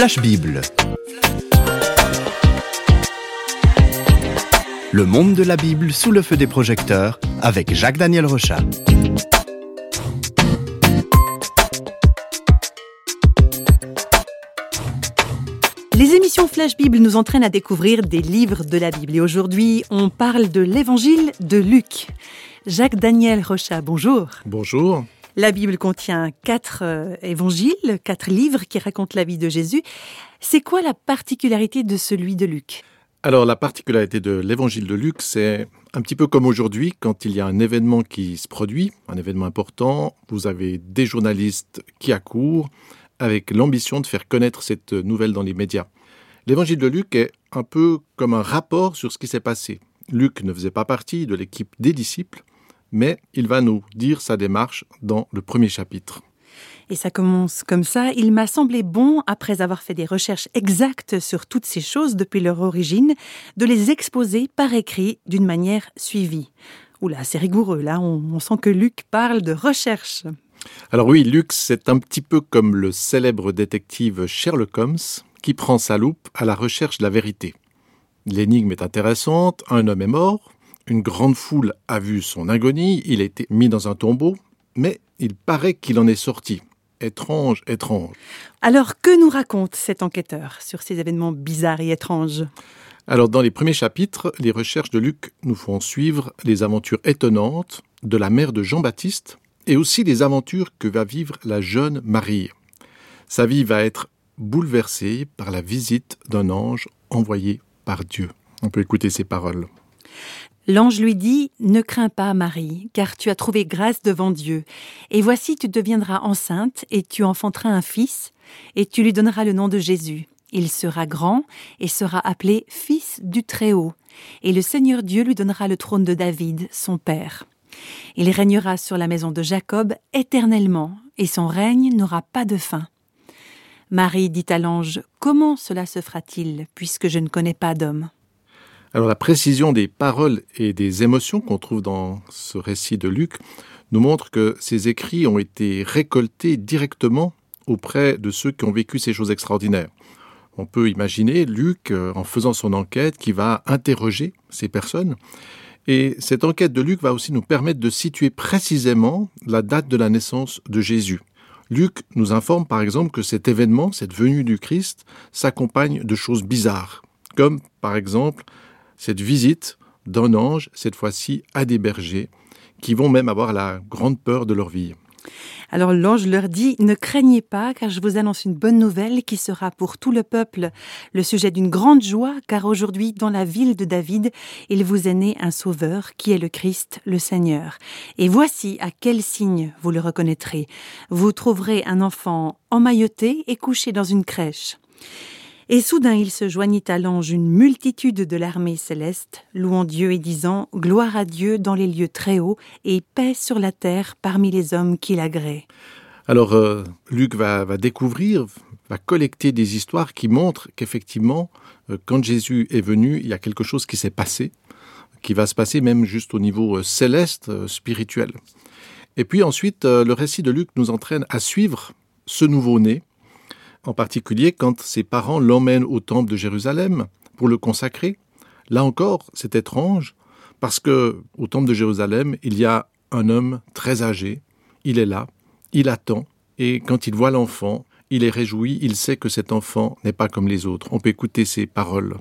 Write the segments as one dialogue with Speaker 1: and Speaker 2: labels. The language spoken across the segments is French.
Speaker 1: Flash Bible. Le monde de la Bible sous le feu des projecteurs avec Jacques-Daniel Rochat.
Speaker 2: Les émissions Flash Bible nous entraînent à découvrir des livres de la Bible. Et aujourd'hui, on parle de l'évangile de Luc. Jacques-Daniel Rochat, bonjour.
Speaker 3: Bonjour.
Speaker 2: La Bible contient 4 évangiles, 4 livres qui racontent la vie de Jésus. C'est quoi la particularité de celui de Luc ?
Speaker 3: Alors, la particularité de l'évangile de Luc, c'est un petit peu comme aujourd'hui, quand il y a un événement qui se produit, un événement important, vous avez des journalistes qui accourent avec l'ambition de faire connaître cette nouvelle dans les médias. L'évangile de Luc est un peu comme un rapport sur ce qui s'est passé. Luc ne faisait pas partie de l'équipe des disciples, mais il va nous dire sa démarche dans le premier chapitre.
Speaker 2: Et ça commence comme ça. Il m'a semblé bon, après avoir fait des recherches exactes sur toutes ces choses depuis leur origine, de les exposer par écrit d'une manière suivie. Oula, c'est rigoureux, là, on sent que Luc parle de recherche.
Speaker 3: Alors oui, Luc, c'est un petit peu comme le célèbre détective Sherlock Holmes qui prend sa loupe à la recherche de la vérité. L'énigme est intéressante, un homme est mort, une grande foule a vu son agonie, il a été mis dans un tombeau, mais il paraît qu'il en est sorti. Étrange, étrange.
Speaker 2: Alors, que nous raconte cet enquêteur sur ces événements bizarres et étranges ?
Speaker 3: Alors, dans les premiers chapitres, les recherches de Luc nous font suivre les aventures étonnantes de la mère de Jean-Baptiste et aussi les aventures que va vivre la jeune Marie. Sa vie va être bouleversée par la visite d'un ange envoyé par Dieu. On peut écouter ces paroles.
Speaker 2: L'ange lui dit « Ne crains pas, Marie, car tu as trouvé grâce devant Dieu. Et voici, tu deviendras enceinte, et tu enfanteras un fils, et tu lui donneras le nom de Jésus. Il sera grand, et sera appelé Fils du Très-Haut. Et le Seigneur Dieu lui donnera le trône de David, son père. Il régnera sur la maison de Jacob éternellement, et son règne n'aura pas de fin. » Marie dit à l'ange « Comment cela se fera-t-il, puisque je ne connais pas d'homme ?»
Speaker 3: Alors la précision des paroles et des émotions qu'on trouve dans ce récit de Luc nous montre que ces écrits ont été récoltés directement auprès de ceux qui ont vécu ces choses extraordinaires. On peut imaginer Luc, en faisant son enquête, qui va interroger ces personnes. Et cette enquête de Luc va aussi nous permettre de situer précisément la date de la naissance de Jésus. Luc nous informe par exemple que cet événement, cette venue du Christ, s'accompagne de choses bizarres, comme par exemple cette visite d'un ange, cette fois-ci à des bergers, qui vont même avoir la grande peur de leur vie.
Speaker 2: Alors l'ange leur dit « Ne craignez pas, car je vous annonce une bonne nouvelle qui sera pour tout le peuple le sujet d'une grande joie, car aujourd'hui, dans la ville de David, il vous est né un sauveur, qui est le Christ, le Seigneur. Et voici à quel signe vous le reconnaîtrez. Vous trouverez un enfant emmailloté et couché dans une crèche. » Et soudain, il se joignit à l'ange une multitude de l'armée céleste, louant Dieu et disant « Gloire à Dieu dans les lieux très hauts et paix sur la terre parmi les hommes qui l'agréent. »
Speaker 3: Alors, Luc va découvrir, va collecter des histoires qui montrent qu'effectivement, quand Jésus est venu, il y a quelque chose qui s'est passé, qui va se passer même juste au niveau céleste, spirituel. Et puis ensuite, le récit de Luc nous entraîne à suivre ce nouveau-né, en particulier quand ses parents l'emmènent au temple de Jérusalem pour le consacrer. Là encore, c'est étrange, parce que au temple de Jérusalem, il y a un homme très âgé, il est là, il attend, et quand il voit l'enfant, il est réjoui, il sait que cet enfant n'est pas comme les autres. On peut écouter ces paroles.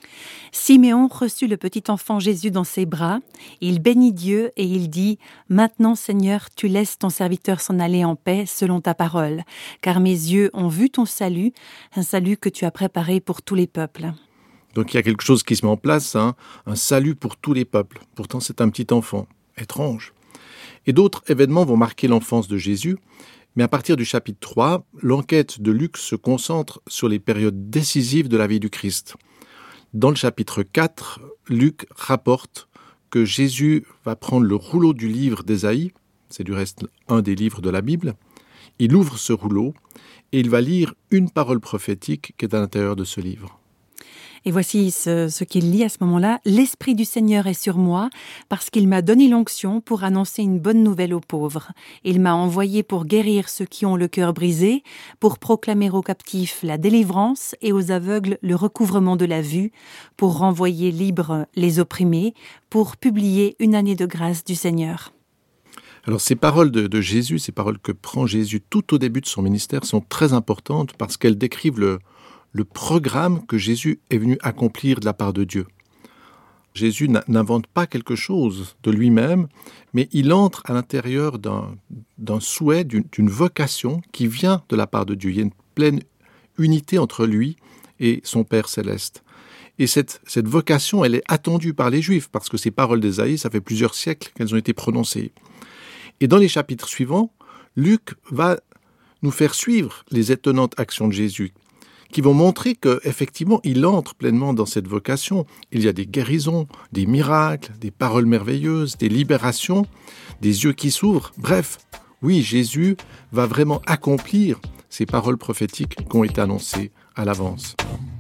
Speaker 2: Siméon reçut le petit enfant Jésus dans ses bras, il bénit Dieu et il dit « Maintenant, Seigneur, tu laisses ton serviteur s'en aller en paix selon ta parole, car mes yeux ont vu ton salut, un salut que tu as préparé pour tous les peuples. »
Speaker 3: Donc il y a quelque chose qui se met en place, un salut pour tous les peuples. Pourtant, c'est un petit enfant. Étrange. Et d'autres événements vont marquer l'enfance de Jésus, mais à partir du chapitre 3, l'enquête de Luc se concentre sur les périodes décisives de la vie du Christ. Dans le chapitre 4, Luc rapporte que Jésus va prendre le rouleau du livre d'Ésaïe, c'est du reste un des livres de la Bible, il ouvre ce rouleau et il va lire une parole prophétique qui est à l'intérieur de ce livre.
Speaker 2: Et voici ce qu'il lit à ce moment-là. « L'Esprit du Seigneur est sur moi, parce qu'il m'a donné l'onction pour annoncer une bonne nouvelle aux pauvres. Il m'a envoyé pour guérir ceux qui ont le cœur brisé, pour proclamer aux captifs la délivrance et aux aveugles le recouvrement de la vue, pour renvoyer libres les opprimés, pour publier une année de grâce du Seigneur. »
Speaker 3: Alors ces paroles de Jésus, ces paroles que prend Jésus tout au début de son ministère sont très importantes parce qu'elles décrivent le programme que Jésus est venu accomplir de la part de Dieu. Jésus n'invente pas quelque chose de lui-même, mais il entre à l'intérieur d'un souhait, d'une vocation qui vient de la part de Dieu. Il y a une pleine unité entre lui et son Père céleste. Et cette vocation, elle est attendue par les Juifs, parce que ces paroles d'Ésaïe, ça fait plusieurs siècles qu'elles ont été prononcées. Et dans les chapitres suivants, Luc va nous faire suivre les étonnantes actions de Jésus, qui vont montrer qu'effectivement, il entre pleinement dans cette vocation. Il y a des guérisons, des miracles, des paroles merveilleuses, des libérations, des yeux qui s'ouvrent. Bref, oui, Jésus va vraiment accomplir ces paroles prophétiques qui ont été annoncées à l'avance.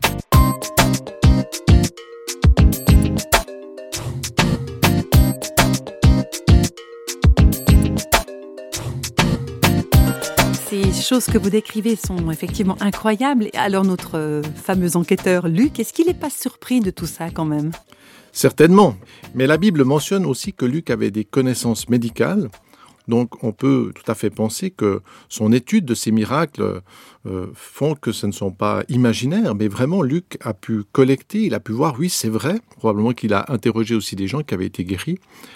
Speaker 2: Ces choses que vous décrivez sont effectivement incroyables. Alors notre fameux enquêteur Luc, est-ce qu'il n'est pas surpris de tout ça quand même ?
Speaker 3: Certainement, mais la Bible mentionne aussi que Luc avait des connaissances médicales, donc on peut tout à fait penser que son étude de ces miracles font que ce ne sont pas imaginaires, mais vraiment Luc a pu collecter, il a pu voir, oui c'est vrai, probablement qu'il a interrogé aussi des gens qui avaient été guéris,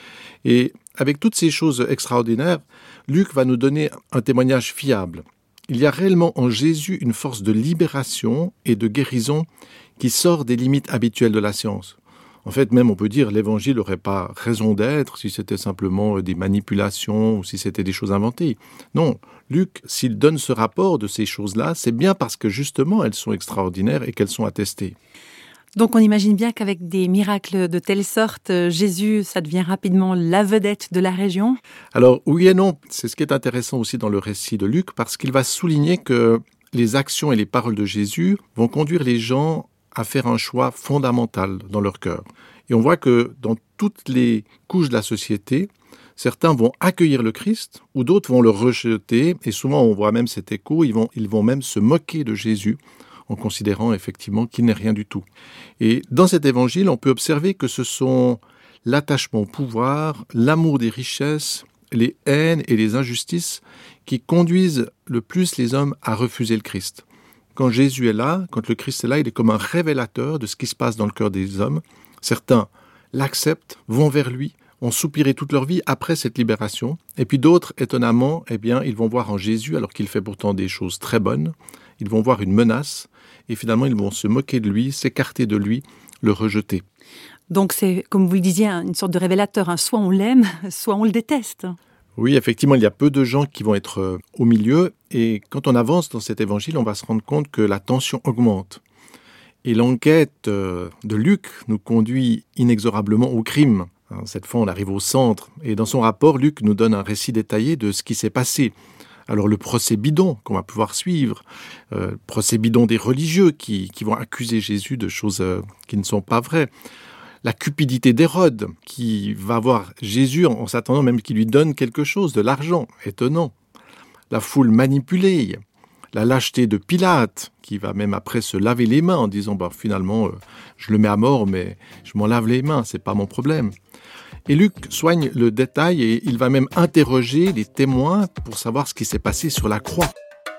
Speaker 3: et avec toutes ces choses extraordinaires, Luc va nous donner un témoignage fiable. Il y a réellement en Jésus une force de libération et de guérison qui sort des limites habituelles de la science. En fait, même on peut dire l'Évangile n'aurait pas raison d'être si c'était simplement des manipulations ou si c'était des choses inventées. Non, Luc, s'il donne ce rapport de ces choses-là, c'est bien parce que justement elles sont extraordinaires et qu'elles sont attestées.
Speaker 2: Donc on imagine bien qu'avec des miracles de telle sorte, Jésus, ça devient rapidement la vedette de la région ?
Speaker 3: Alors oui et non, c'est ce qui est intéressant aussi dans le récit de Luc, parce qu'il va souligner que les actions et les paroles de Jésus vont conduire les gens à faire un choix fondamental dans leur cœur. Et on voit que dans toutes les couches de la société, certains vont accueillir le Christ, ou d'autres vont le rejeter, et souvent on voit même cet écho, ils vont même se moquer de Jésus, en considérant effectivement qu'il n'est rien du tout. Et dans cet évangile, on peut observer que ce sont l'attachement au pouvoir, l'amour des richesses, les haines et les injustices qui conduisent le plus les hommes à refuser le Christ. Quand Jésus est là, quand le Christ est là, il est comme un révélateur de ce qui se passe dans le cœur des hommes. Certains l'acceptent, vont vers lui, ont soupiré toute leur vie après cette libération. Et puis d'autres, étonnamment, ils vont voir en Jésus, alors qu'il fait pourtant des choses très bonnes, ils vont voir une menace, et finalement ils vont se moquer de lui, s'écarter de lui, le rejeter.
Speaker 2: Donc c'est, comme vous le disiez, une sorte de révélateur, hein. Soit on l'aime, soit on le déteste.
Speaker 3: Oui, effectivement, il y a peu de gens qui vont être au milieu, et quand on avance dans cet évangile, on va se rendre compte que la tension augmente. Et l'enquête de Luc nous conduit inexorablement au crime. Cette fois, on arrive au centre, et dans son rapport, Luc nous donne un récit détaillé de ce qui s'est passé. Alors le procès bidon qu'on va pouvoir suivre, le procès bidon des religieux qui vont accuser Jésus de choses qui ne sont pas vraies, la cupidité d'Hérode qui va voir Jésus en s'attendant même qu'il lui donne quelque chose, de l'argent, étonnant, la foule manipulée, la lâcheté de Pilate qui va même après se laver les mains en disant finalement je le mets à mort mais je m'en lave les mains, c'est pas mon problème. Et Luc soigne le détail et il va même interroger les témoins pour savoir ce qui s'est passé sur la croix.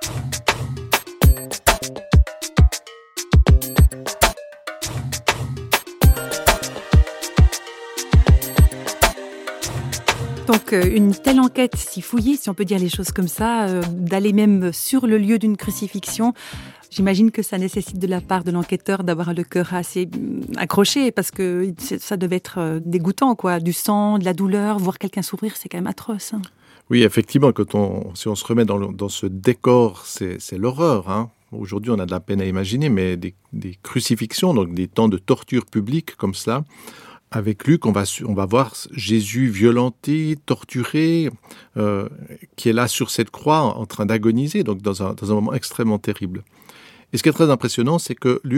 Speaker 2: Donc une telle enquête si fouillée, si on peut dire les choses comme ça, d'aller même sur le lieu d'une crucifixion, j'imagine que ça nécessite de la part de l'enquêteur d'avoir le cœur assez accroché parce que ça devait être dégoûtant, quoi. Du sang, de la douleur, voir quelqu'un souffrir, c'est quand même atroce. Hein.
Speaker 3: Oui, effectivement, si on se remet dans ce décor, c'est l'horreur. Hein. Aujourd'hui, on a de la peine à imaginer, mais des crucifixions, donc des temps de torture publique comme ça, avec Luc, on va voir Jésus violenté, torturé, qui est là sur cette croix en train d'agoniser, donc dans un moment extrêmement terrible. Et ce qui est très impressionnant, c'est que Luc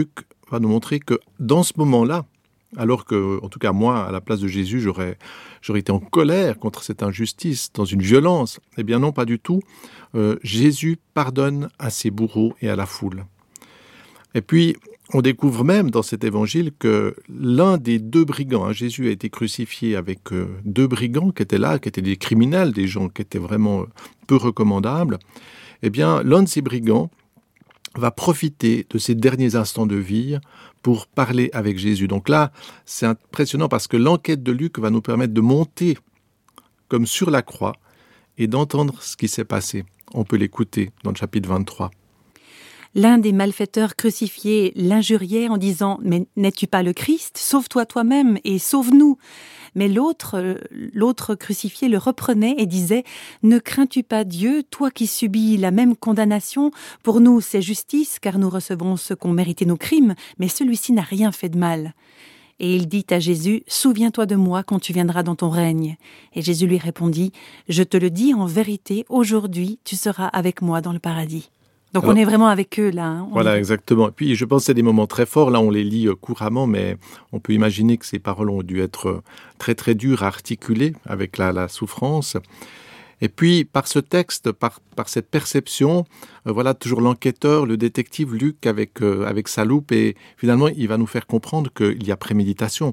Speaker 3: va nous montrer que dans ce moment-là, alors que, en tout cas moi, à la place de Jésus, j'aurais été en colère contre cette injustice, dans une violence. Eh bien non, pas du tout. Jésus pardonne à ses bourreaux et à la foule. Et puis, on découvre même dans cet évangile que l'un des deux brigands, Jésus a été crucifié avec deux brigands qui étaient là, qui étaient des criminels, des gens qui étaient vraiment peu recommandables. Eh bien, l'un de ces brigands va profiter de ses derniers instants de vie pour parler avec Jésus. Donc là, c'est impressionnant parce que l'enquête de Luc va nous permettre de monter comme sur la croix et d'entendre ce qui s'est passé. On peut l'écouter dans le chapitre 23.
Speaker 2: L'un des malfaiteurs crucifiés l'injuriait en disant « Mais n'es-tu pas le Christ ? Sauve-toi toi-même et sauve-nous » Mais l'autre crucifié le reprenait et disait « Ne crains-tu pas Dieu, toi qui subis la même condamnation ? Pour nous, c'est justice, car nous recevons ce qu'ont mérité nos crimes, mais celui-ci n'a rien fait de mal. » Et il dit à Jésus « Souviens-toi de moi quand tu viendras dans ton règne. » Et Jésus lui répondit « Je te le dis en vérité, aujourd'hui tu seras avec moi dans le paradis. » Donc on est vraiment avec eux là.
Speaker 3: Voilà, exactement. Et puis je pense que c'est des moments très forts. Là, on les lit couramment, mais on peut imaginer que ces paroles ont dû être très très dures à articuler avec la souffrance. Et puis par ce texte, par cette perception, voilà toujours l'enquêteur, le détective Luc avec sa loupe, et finalement il va nous faire comprendre qu'il y a préméditation.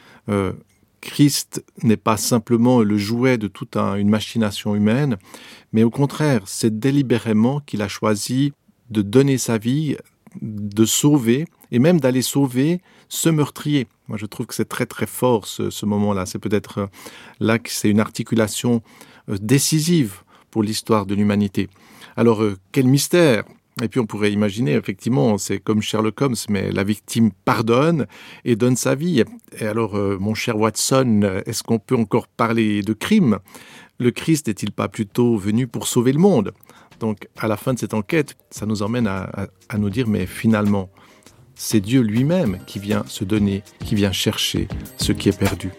Speaker 3: Christ n'est pas simplement le jouet de toute une machination humaine, mais au contraire, c'est délibérément qu'il a choisi de donner sa vie, de sauver, et même d'aller sauver ce meurtrier. Moi, je trouve que c'est très très fort ce moment-là. C'est peut-être là que c'est une articulation décisive pour l'histoire de l'humanité. Alors, quel mystère! Et puis on pourrait imaginer, effectivement, c'est comme Sherlock Holmes, mais la victime pardonne et donne sa vie. Et alors, mon cher Watson, est-ce qu'on peut encore parler de crime ? Le Christ n'est-il pas plutôt venu pour sauver le monde ? Donc, à la fin de cette enquête, ça nous emmène à nous dire, mais finalement, c'est Dieu lui-même qui vient se donner, qui vient chercher ce qui est perdu.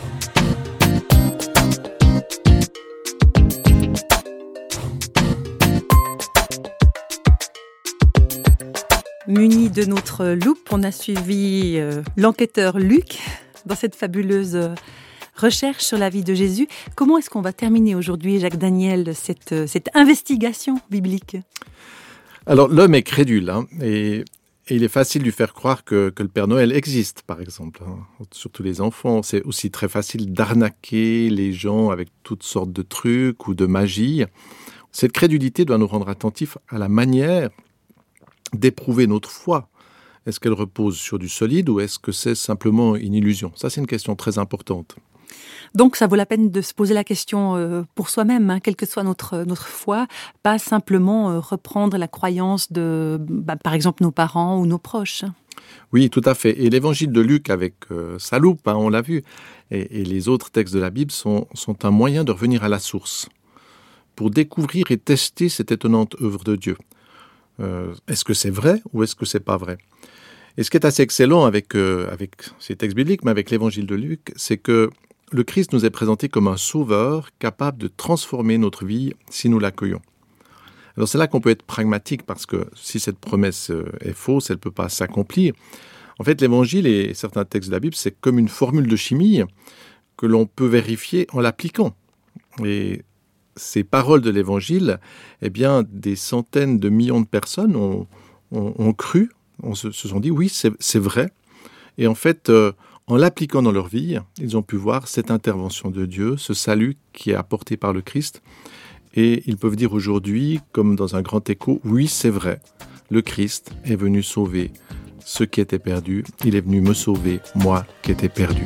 Speaker 2: Muni de notre loupe, on a suivi l'enquêteur Luc dans cette fabuleuse recherche sur la vie de Jésus. Comment est-ce qu'on va terminer aujourd'hui, Jacques Daniel, cette investigation biblique ?
Speaker 3: Alors, l'homme est crédule, et il est facile de lui faire croire que le Père Noël existe, par exemple. Surtout les enfants. C'est aussi très facile d'arnaquer les gens avec toutes sortes de trucs ou de magie. Cette crédulité doit nous rendre attentifs à la manière d'éprouver notre foi. Est-ce qu'elle repose sur du solide ou est-ce que c'est simplement une illusion ? Ça, c'est une question très importante.
Speaker 2: Donc, ça vaut la peine de se poser la question pour soi-même, quelle que soit notre foi, pas simplement reprendre la croyance de, par exemple, nos parents ou nos proches.
Speaker 3: Oui, tout à fait. Et l'évangile de Luc avec sa loupe, on l'a vu, et les autres textes de la Bible sont un moyen de revenir à la source pour découvrir et tester cette étonnante œuvre de Dieu. Est-ce que c'est vrai ou est-ce que c'est pas vrai ? Et ce qui est assez excellent avec ces textes bibliques, mais avec l'évangile de Luc, c'est que le Christ nous est présenté comme un sauveur capable de transformer notre vie si nous l'accueillons. Alors c'est là qu'on peut être pragmatique parce que si cette promesse est fausse, elle ne peut pas s'accomplir. En fait, l'évangile et certains textes de la Bible, c'est comme une formule de chimie que l'on peut vérifier en l'appliquant. Et ces paroles de l'évangile, eh bien, des centaines de millions de personnes ont cru, se sont dit oui, c'est vrai. Et en fait, en l'appliquant dans leur vie, ils ont pu voir cette intervention de Dieu, ce salut qui est apporté par le Christ. Et ils peuvent dire aujourd'hui, comme dans un grand écho, oui, c'est vrai, le Christ est venu sauver ceux qui étaient perdus. Il est venu me sauver, moi qui étais perdu.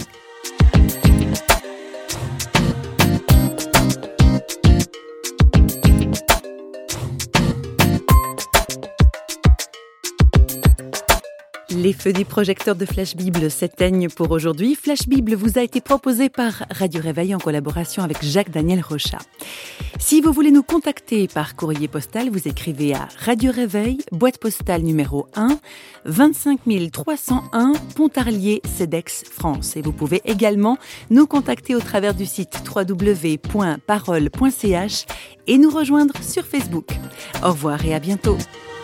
Speaker 2: Les feux des projecteurs de Flash Bible s'éteignent pour aujourd'hui. Flash Bible vous a été proposé par Radio Réveil en collaboration avec Jacques-Daniel Rochat. Si vous voulez nous contacter par courrier postal, vous écrivez à Radio Réveil, boîte postale numéro 1, 25 301, Pontarlier, Cedex, France. Et vous pouvez également nous contacter au travers du site www.parole.ch et nous rejoindre sur Facebook. Au revoir et à bientôt.